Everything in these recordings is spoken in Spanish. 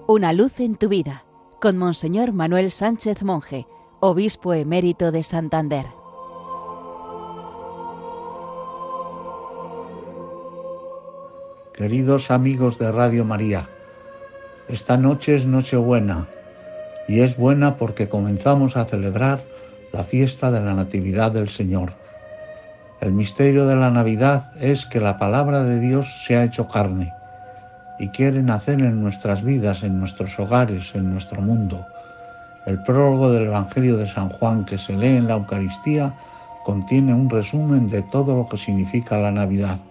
Una luz en tu vida, con Monseñor Manuel Sánchez Monje, obispo emérito de Santander. Queridos amigos de Radio María, esta noche es Nochebuena y es buena porque comenzamos a celebrar la fiesta de la Natividad del Señor. El misterio de la Navidad es que la palabra de Dios se ha hecho carne y quiere nacer en nuestras vidas, en nuestros hogares, en nuestro mundo. El prólogo del Evangelio de San Juan que se lee en la Eucaristía contiene un resumen de todo lo que significa la Navidad.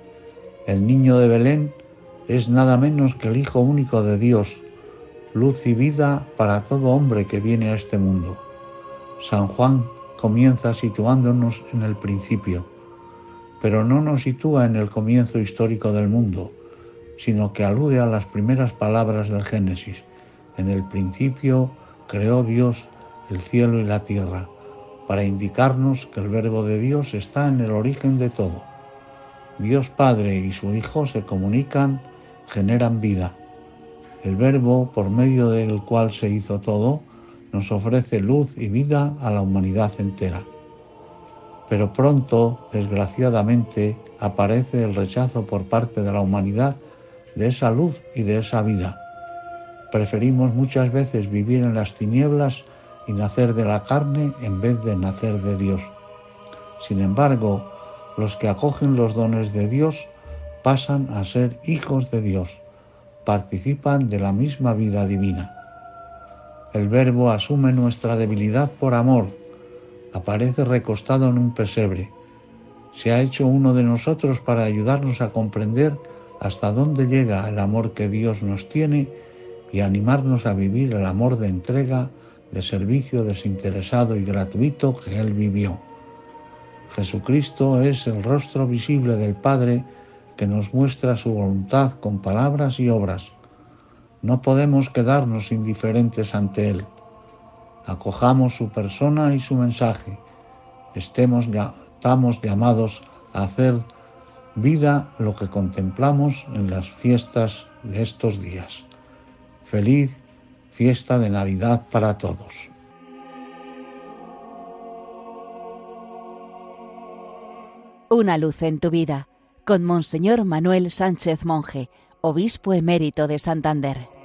El niño de Belén es nada menos que el Hijo único de Dios, luz y vida para todo hombre que viene a este mundo. San Juan comienza situándonos en el principio, pero no nos sitúa en el comienzo histórico del mundo, sino que alude a las primeras palabras del Génesis. En el principio creó Dios el cielo y la tierra, para indicarnos que el Verbo de Dios está en el origen de todo. Dios Padre y su Hijo se comunican, generan vida. El Verbo, por medio del cual se hizo todo, nos ofrece luz y vida a la humanidad entera. Pero pronto, desgraciadamente, aparece el rechazo por parte de la humanidad de esa luz y de esa vida. Preferimos muchas veces vivir en las tinieblas y nacer de la carne en vez de nacer de Dios. Sin embargo, los que acogen los dones de Dios pasan a ser hijos de Dios, participan de la misma vida divina. El Verbo asume nuestra debilidad por amor, aparece recostado en un pesebre, se ha hecho uno de nosotros para ayudarnos a comprender hasta dónde llega el amor que Dios nos tiene y animarnos a vivir el amor de entrega, de servicio desinteresado y gratuito que Él vivió. Jesucristo es el rostro visible del Padre que nos muestra su voluntad con palabras y obras. No podemos quedarnos indiferentes ante Él. Acojamos su persona y su mensaje. Estamos llamados a hacer vida lo que contemplamos en las fiestas de estos días. Feliz fiesta de Navidad para todos. Una luz en tu vida, con Monseñor Manuel Sánchez Monje, obispo emérito de Santander.